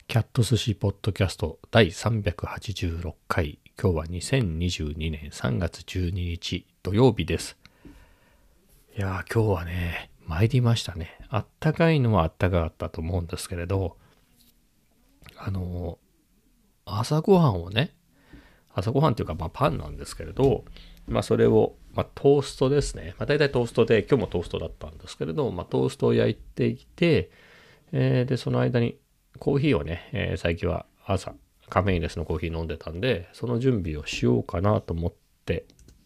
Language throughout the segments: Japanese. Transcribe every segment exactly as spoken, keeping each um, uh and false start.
キャット寿司ポッドキャストだいさんびゃくはちじゅうろっかい。今日はにせんにじゅうにねんさんがつじゅうににち土曜日です。いやー、今日はね、参りましたね。あったかいのはあったかかったと思うんですけれど、あのー、朝ごはんをね、朝ごはんっていうか、まあ、パンなんですけれど、まあ、それを、まあ、トーストですね。まあ、大体トーストで、今日もトーストだったんですけれど、まあ、トーストを焼いていて、えーで、その間にコーヒーをね、えー最近は朝、カフェインレスのコーヒー飲んでたんで、その準備をしようかなと思って、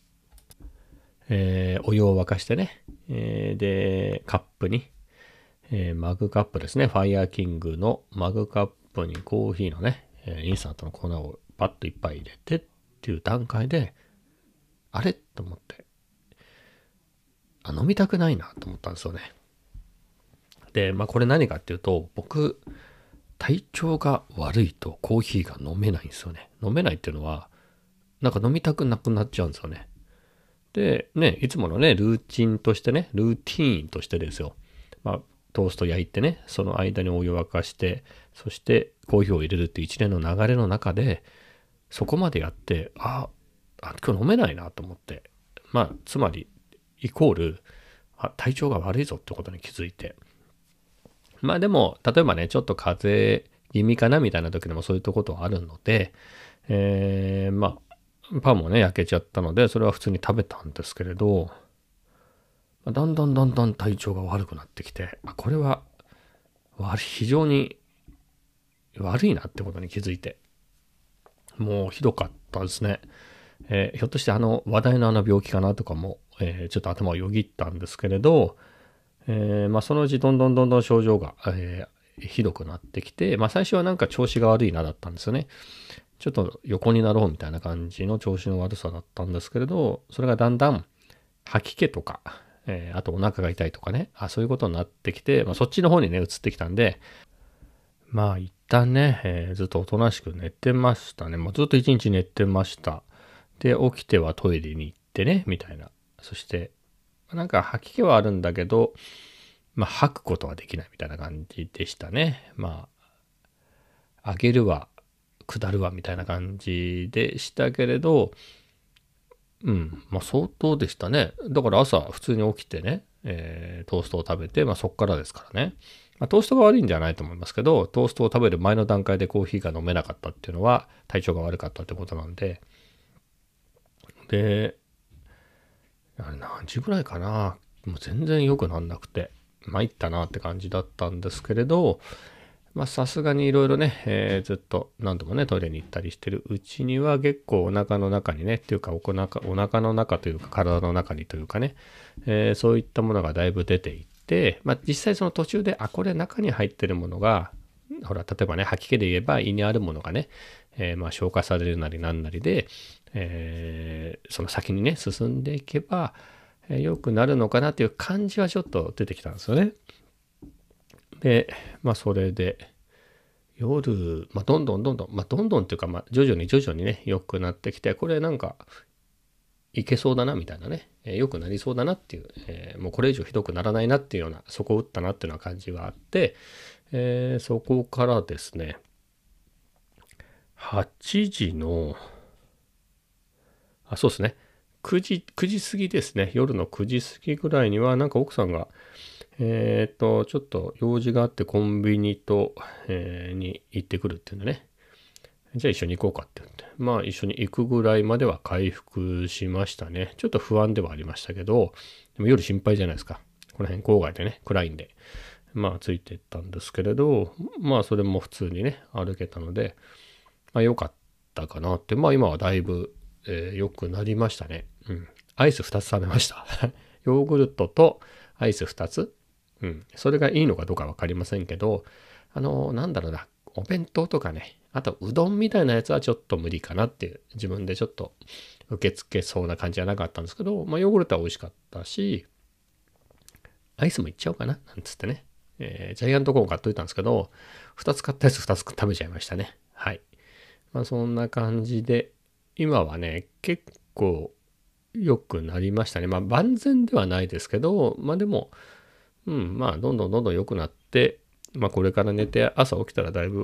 えーお湯を沸かしてね、えーで、カップに、えーマグカップですね、ファイヤーキングのマグカップにコーヒーのね、えーインスタントの粉をパッといっぱい入れてっていう段階で、あれと思って、あ、飲みたくないなと思ったんですよね。で、まあこれ何かっていうと、僕、体調が悪いとコーヒーが飲めないんですよね。飲めないっていうのは、なんか飲みたくなくなっちゃうんですよね。で、ね、いつものね、ルーチンとしてね、ルーティーンとしてですよ。まあ、トースト焼いてね、その間にお湯沸かして、そしてコーヒーを入れるっていう一連の流れの中で、そこまでやって、あ、あ今日飲めないなと思って。まあ、つまり、イコール、あ、体調が悪いぞってことに気づいて。まあでも、例えばね、ちょっと風邪気味かなみたいな時でもそういうことはあるので、えー、まあ、パンもね、焼けちゃったので、それは普通に食べたんですけれど、だんだんだんだん体調が悪くなってきて、あ、これは、非常に悪いなってことに気づいて、もうひどかったですね。えーひょっとしてあの話題のあの病気かなとかも、えーちょっと頭をよぎったんですけれど、えーまあ、そのうちどんどんどんどん症状が、えーひどくなってきて、まあ、最初はなんか調子が悪いなだったんですよね。ちょっと横になろうみたいな感じの調子の悪さだったんですけれど、それがだんだん吐き気とか、えーあとお腹が痛いとかね、あ、そういうことになってきて、まあ、そっちの方にね、移ってきたんで、まあ一旦ね、えーずっとおとなしく寝てましたね。まあ、ずっと一日寝てました。で、起きてはトイレに行ってね、みたいな。そして、なんか吐き気はあるんだけど、まあ、吐くことはできないみたいな感じでしたね。まあ、上げるは、下るわみたいな感じでしたけれど、うん、まあ相当でしたね。だから朝普通に起きてね、えートーストを食べて、まあそっからですからね。まあ、トーストが悪いんじゃないと思いますけど、トーストを食べる前の段階でコーヒーが飲めなかったっていうのは体調が悪かったってことなんで、で、あれ何時ぐらいかな。もう全然良くなんなくて、参ったなって感じだったんですけれど、まあさすがにいろいろね、えーずっと何度もねトイレに行ったりしてるうちには結構お腹の中にねっていうかお腹お腹の中というか体の中にというかね、えーそういったものがだいぶ出ていって、まあ実際その途中であこれ中に入ってるものがほら例えばね吐き気で言えば胃にあるものがね、えーまあ消化されるなりなんなりで、えーその先にね進んでいけば、えー良くなるのかなっていう感じはちょっと出てきたんですよね。で、まあそれで夜、まあどんどんどんどん、まあどんどんっていうか、まあ徐々に徐々にね、良くなってきて、これなんかいけそうだなみたいなね、えー良くなりそうだなっていう、えーもうこれ以上ひどくならないなっていうような、そこを打ったなっていうような感じがあって、えーそこからですね、はちじの、あ、そうですね、くじ、くじ過ぎですね、夜のくじ過ぎぐらいには、なんか奥さんが、えっと、ちょっと用事があってコンビニと、えーに行ってくるっていうんでね。じゃあ一緒に行こうかって言って。まあ一緒に行くぐらいまでは回復しましたね。ちょっと不安ではありましたけど、でも夜心配じゃないですか。この辺郊外でね、暗いんで。まあついていったんですけれど、まあそれも普通にね、歩けたので、まあ良かったかなって。まあ今はだいぶ、えー良くなりましたね。うん。アイスふたつ食べました。ヨーグルトとアイスふたつ。うん。それがいいのかどうかわかりませんけど、あの、なんだろうな。お弁当とかね、あとうどんみたいなやつはちょっと無理かなっていう、自分でちょっと受け付けそうな感じじゃなかったんですけど、まあヨーグルトは美味しかったし、アイスもいっちゃおうかな、なんつってね。えージャイアントコーン買っといたんですけど、ふたつ買ったやつふたつ食べちゃいましたね。はい。まあそんな感じで、今はね、結構良くなりましたね。まあ万全ではないですけど、まあでも、うん、まあどんどんどんどん良くなって、まあこれから寝て朝起きたらだいぶ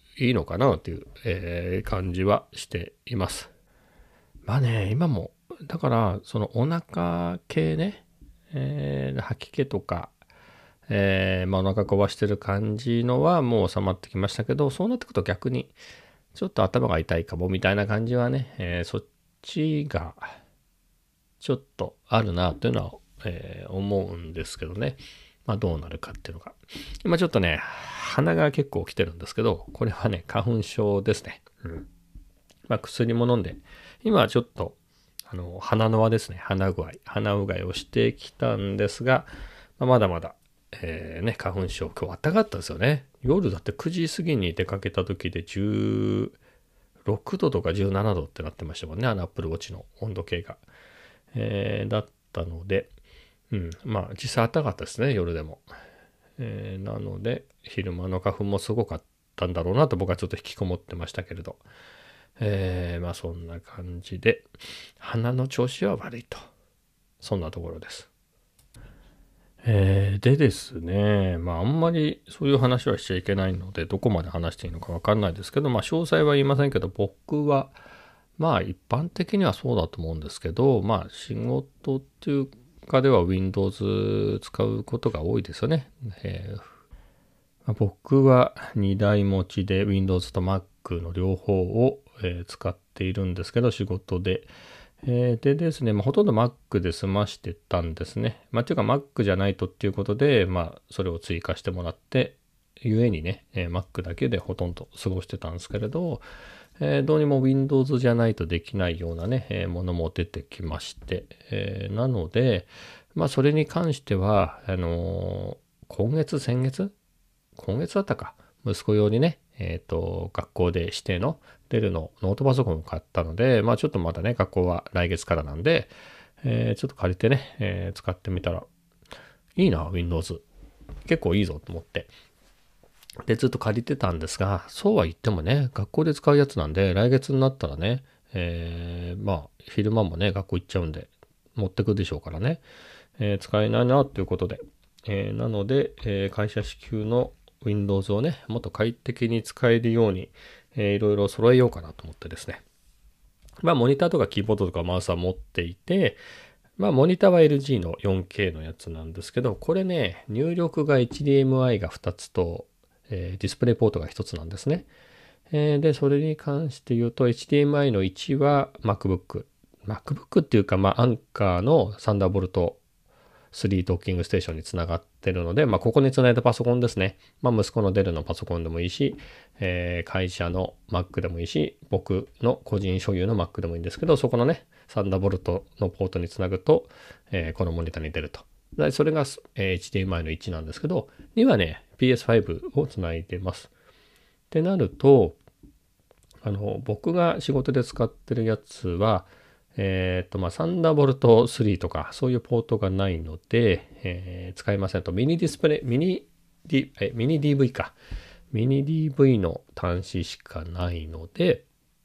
いいのかなという、えー感じはしています。まあね、今も、だから、そのお腹系ね、えー吐き気とか、えーまあ、お腹壊してる感じのはもう収まってきましたけど、そうなってくると逆に、ちょっと頭が痛いかもみたいな感じはね、えーそっちがちょっとあるなというのは、えー思うんですけどね。まあどうなるかっていうのが。今ちょっとね、鼻が結構来てるんですけど、これはね、花粉症ですね。うん。まあ薬も飲んで、今はちょっと、あの、鼻の輪ですね。鼻具合、鼻うがいをしてきたんですが、まあ、まだまだ、えーね、花粉症、今日あったかかったですよね。夜だってくじ過ぎに出かけた時でじゅうろくどとかじゅうななどってなってましたもんね。あのアップルウォッチの温度計が。えーだったので、うん、まあ実際暖かかったですね、夜でも。えーなので、昼間の花粉もすごかったんだろうなと僕はちょっと引きこもってましたけれど、えーまあそんな感じで、鼻の調子は悪いと。そんなところです。えーでですね、まああんまりそういう話はしちゃいけないので、どこまで話していいのかわかんないですけど、まあ詳細は言いませんけど、僕は、まあ一般的にはそうだと思うんですけど、まあ仕事っていうかでは Windows 使うことが多いですよね。えーまあ僕はにだい持ちで Windows と Mac の両方を、えー使っているんですけど、仕事で。えーでですね、まあ、ほとんど Mac で済ましてたんですね。まあ、っていうか Mac じゃないとっていうことで、まあ、それを追加してもらって、ゆえにね、えー Mac だけでほとんど過ごしてたんですけれど、えーどうにも Windows じゃないとできないようなね、えーものも出てきまして、えーなので、まあ、それに関しては、あのー今月、先月今月だったか。息子用にね、えっと、学校で指定のデルのノートパソコンを買ったので、まあちょっとまだね、学校は来月からなんで、えーちょっと借りてね、えー使ってみたら、いいな、Windows。結構いいぞと思って。で、ずっと借りてたんですが、そうは言ってもね、学校で使うやつなんで、来月になったらね、えーまあ、昼間もね、学校行っちゃうんで、持ってくでしょうからね、えー使えないな、ということで。えーなので、えー会社支給の Windows をね、もっと快適に使えるように、えーいろいろ揃えようかなと思ってですね。まあ、モニターとかキーボードとかマウスは持っていて、まあ、モニターは エルジー の よんケー のやつなんですけど、これね、入力が エイチディーエムアイ がふたつと、えーディスプレイポートがひとつなんですね。えーで、それに関して言うと、エイチディーエムアイ のいちは MacBook。MacBook っていうか、まあ、アンカーのサンダーボルトスリードッキングステーションにつながってるので、まあ、ここにつないだパソコンですね。まあ、息子のデルのパソコンでもいいし、えー会社の Mac でもいいし、僕の個人所有の Mac でもいいんですけど、そこのね、サンダーボルトのポートにつなぐと、えーこのモニターに出ると。でそれが、えーエイチディーエムアイ のいちなんですけど、にはね、ピーエスファイブ をつないでます。ってなると、あの、僕が仕事で使ってるやつは、えっと、まあ、サンダーボルトスリーとか、そういうポートがないので、えー使いませんと。ミニディスプレイ、ミニ、D、え、ミニ ディーブイ か。ミニ ディーブイ の端子しかないので、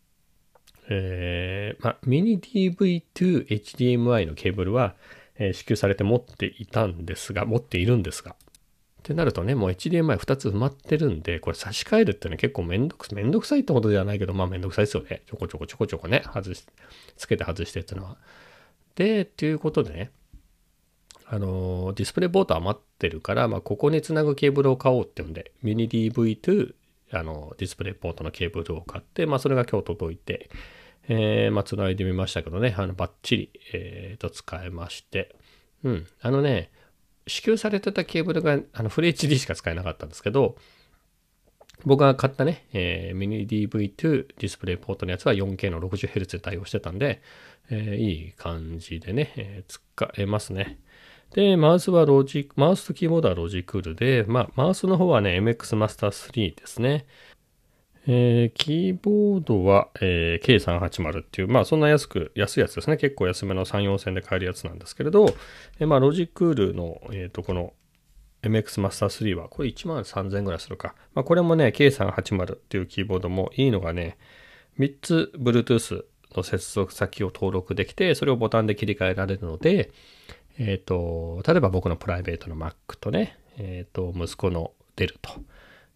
えーまあ、ミニ ディーブイ to エイチディーエムアイ のケーブルは、えー支給されて持っていたんですが、持っているんですが、ってなるとね、もう エイチディーエムアイふたつ埋まってるんで、これ差し替えるってのは結構めんどく、めんどくさいってことではないけど、まあめんどくさいですよね。ちょこちょこちょこちょこね、外し、つけて外してっていうのは。で、っていうことでね、あのーディスプレイポート余ってるから、まあここにつなぐケーブルを買おうっていうんで、ミニ ディーブイ to あのディスプレイポートのケーブルを買って、まあそれが今日届いて、えー、まあつないでみましたけどね、あのバッチリ、えー、と使えまして、うん、あのね、支給されてたケーブルがあのフル エイチディー しか使えなかったんですけど、僕が買ったね、えー、ミニ ディーブイ to ディスプレイポートのやつは よんケー の ろくじゅうヘルツ で対応してたんで、えーいい感じでね、えー使えますね。で、マウスはロジック、マウスとキーボードはロジクールで、まあ、マウスの方はね、エムエックス Master スリーですね。えーキーボードは、えーケーさんはちまる っていう、まあそんな安く、安いやつですね。結構安めのさん、よんせんで買えるやつなんですけれど、えーまあロジクールの、えっと、この エムエックス Master スリーは、これいちまんさんぜんえんぐらいするか。まあこれもね、ケーさんはちまる っていうキーボードもいいのがね、みっつ Bluetooth の接続先を登録できて、それをボタンで切り替えられるので、えっと、例えば僕のプライベートの Mac とね、えっと、息子のデルと、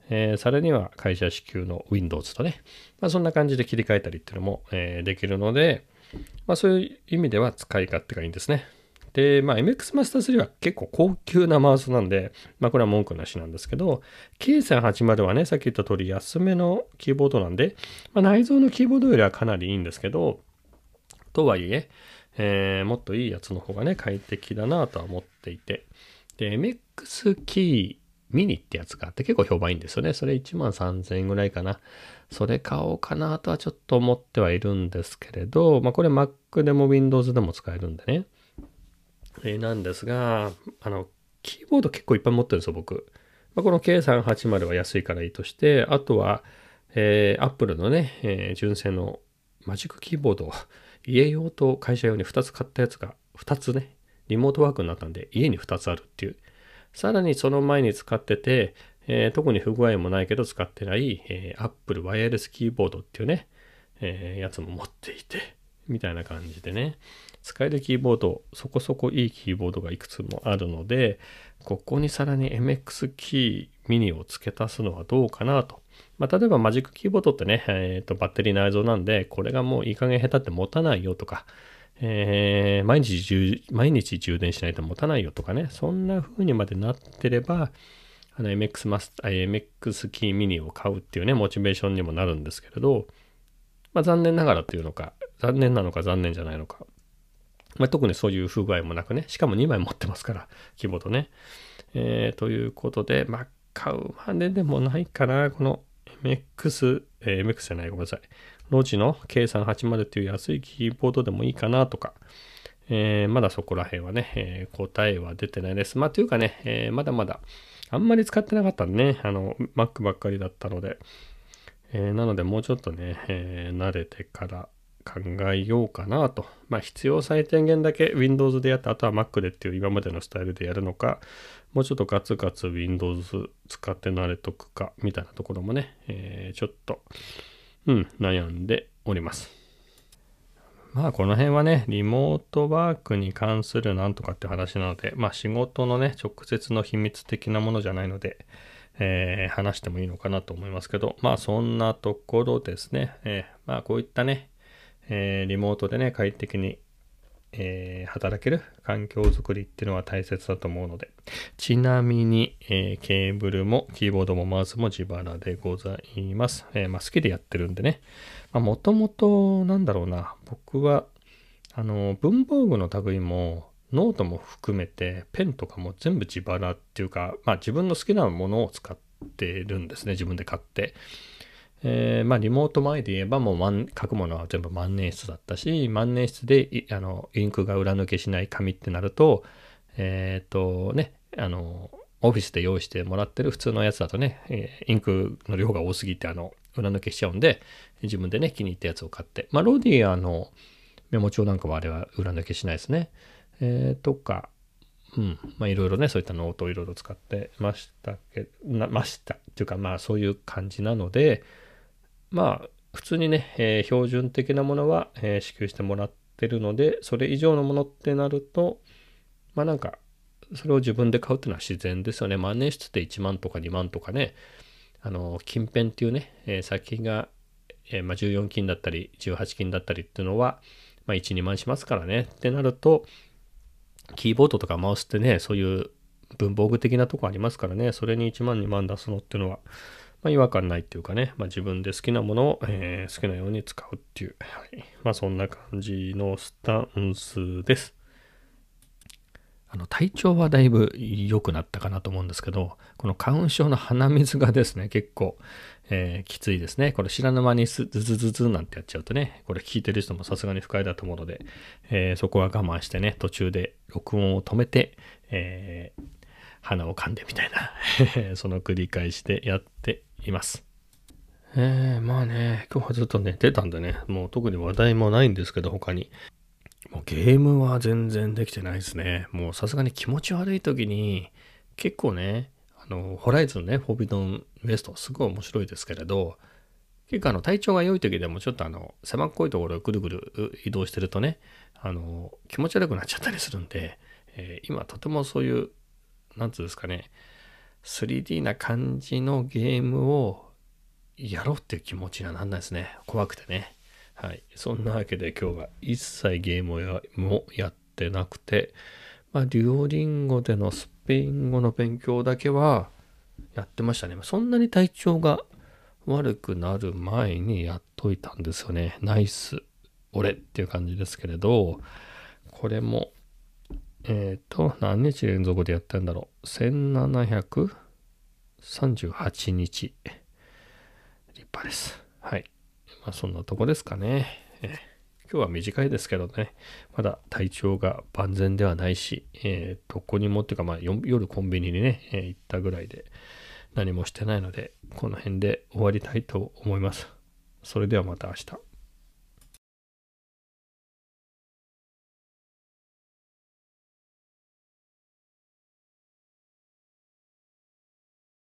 えー、さらには会社支給の Windows とね、まあ、そんな感じで切り替えたりっていうのも、えー、できるので、まあ、そういう意味では使い勝手がいいんですね。で、まあ、エムエックス Master スリーは結構高級なマウスなんで、まあ、これは文句なしなんですけど、ケーさんはちじゅう はね、さっき言った通り安めのキーボードなんで、まあ、内蔵のキーボードよりはかなりいいんですけど、とはいえ、えー、もっといいやつの方がね、快適だなとは思っていて、で、エムエックス キーミニってやつがあって結構評判いいんですよね。それいちまんさんぜんえんぐらいかな。それ買おうかなとはちょっと思ってはいるんですけれど、まあこれ Mac でも Windows でも使えるんでね。えー、なんですが、あの、キーボード結構いっぱい持ってるんですよ、僕。まあ、この ケーさんはちじゅう は安いからいいとして、あとは、えー、Apple のね、えー、純正のマジックキーボードを家用と会社用にふたつ買ったやつがふたつね、リモートワークになったんで家にふたつあるっていう。さらにその前に使ってて、えー、特に不具合もないけど使ってない、えー、Apple ワイヤレスキーボードっていうね、えー、やつも持っていて、みたいな感じでね。使えるキーボード、そこそこいいキーボードがいくつもあるので、ここにさらに エムエックス キーミニを付け足すのはどうかなと。まあ、例えばマジックキーボードってね、えーと、バッテリー内蔵なんで、これがもういい加減下手って持たないよとか、えー、毎日充、毎日充電しないと持たないよとかね、そんな風にまでなってれば、あの エムエックス マス、エムエックス キーミニを買うっていうね、モチベーションにもなるんですけれど、まあ、残念ながらっていうのか、残念なのか残念じゃないのか、まあ、特にそういう不具合もなくね、しかもにまい持ってますから、キーボードね。えー、ということで、まあ、買うまででもないかな、この エムエックス、えー、エムエックス じゃない、ごめんなさい。ロジの ケーさんはちじゅう っていう安いキーボードでもいいかなとか、えー、まだそこら辺はね、えー、答えは出てないです。まあ、というかね、えー、まだまだ、あんまり使ってなかったんでね、あの、Mac ばっかりだったので、えー、なので、もうちょっとね、えー、慣れてから考えようかなと。まあ、必要最低限だけ Windows でやって、あとは Mac でっていう今までのスタイルでやるのか、もうちょっとガツガツ Windows 使って慣れとくか、みたいなところもね、えー、ちょっと、うん、悩んでおります。まあこの辺はね、リモートワークに関するなんとかって話なので、まあ仕事のね、直接の秘密的なものじゃないので、えー、話してもいいのかなと思いますけど、まあそんなところですね。えー、まあこういったね、えー、リモートでね、快適に、えー、働ける環境づくりっていうのは大切だと思うので、ちなみに、えー、ケーブルもキーボードもマウスも自腹でございます。えー、まあ好きでやってるんでね。まあもともとなんだろうな、僕はあの文房具の類もノートも含めてペンとかも全部自腹っていうか、まあ自分の好きなものを使ってるんですね。自分で買って。えー、まあリモート前で言えばもう万書くものは全部万年筆だったし、万年筆であのインクが裏抜けしない紙ってなると、えっとね、あの、オフィスで用意してもらってる普通のやつだとね、えー、インクの量が多すぎてあの裏抜けしちゃうんで、自分でね、気に入ったやつを買って、まあロディアのメモ帳なんかはあれは裏抜けしないですね。えー、とか、うん、まあいろいろね、そういったノートをいろいろ使ってましたけど、ましたっていうかまあそういう感じなので、まあ、普通にね、えー、標準的なものは、えー支給してもらってるので、それ以上のものってなると、まあなんか、それを自分で買うっていうのは自然ですよね。万年筆っていちまんとかにまんとかね、あの、金ペンっていうね、えー先が、えーまあ、じゅうよん金だったり、じゅうはち金だったりっていうのは、まあいち、にまんしますからね。ってなると、キーボードとかマウスってね、そういう文房具的なとこありますからね、それにいちまん、にまん出すのっていうのは、まあ、違和感ないっていうかね、まあ、自分で好きなものを、えー好きなように使うっていう、はい、まあそんな感じのスタンスです。あの体調はだいぶ良くなったかなと思うんですけど、この花粉症の鼻水がですね、結構、えーきついですね。これ知らぬ間にズズズズズなんてやっちゃうとね、これ聞いてる人もさすがに不快だと思うので、えーそこは我慢してね、途中で録音を止めて、えー鼻を噛んでみたいな、その繰り返しでやっています。えー、まあね、今日はずっとね、出たんでね、もう特に話題もないんですけど、他に。もうゲームは全然できてないですね。もうさすがに気持ち悪い時に、結構ね、あの、ホライズンね、フォービドンウエスト、すごい面白いですけれど、結構あの、体調が良い時でもちょっとあの、狭っこいところをぐるぐる移動してるとね、あの、気持ち悪くなっちゃったりするんで、えー今とてもそういう、なんつうんですかね、 スリーディー な感じのゲームをやろうっていう気持ちにはなんないですね。怖くてね。はい。そんなわけで今日は一切ゲームを や, もやってなくて、まあ、デュオリンゴでのスペイン語の勉強だけはやってましたね。そんなに体調が悪くなる前にやっといたんですよね。ナイス、俺っていう感じですけれど、これも、えっ、ー、と、何日連続でやってんだろう。せんななひゃくさんじゅうはちにち。立派です。はい。まあそんなとこですかね。えー、今日は短いですけどね。まだ体調が万全ではないし、えー、どこにもっていうか、まあ夜コンビニにね、えー、行ったぐらいで何もしてないので、この辺で終わりたいと思います。それではまた明日。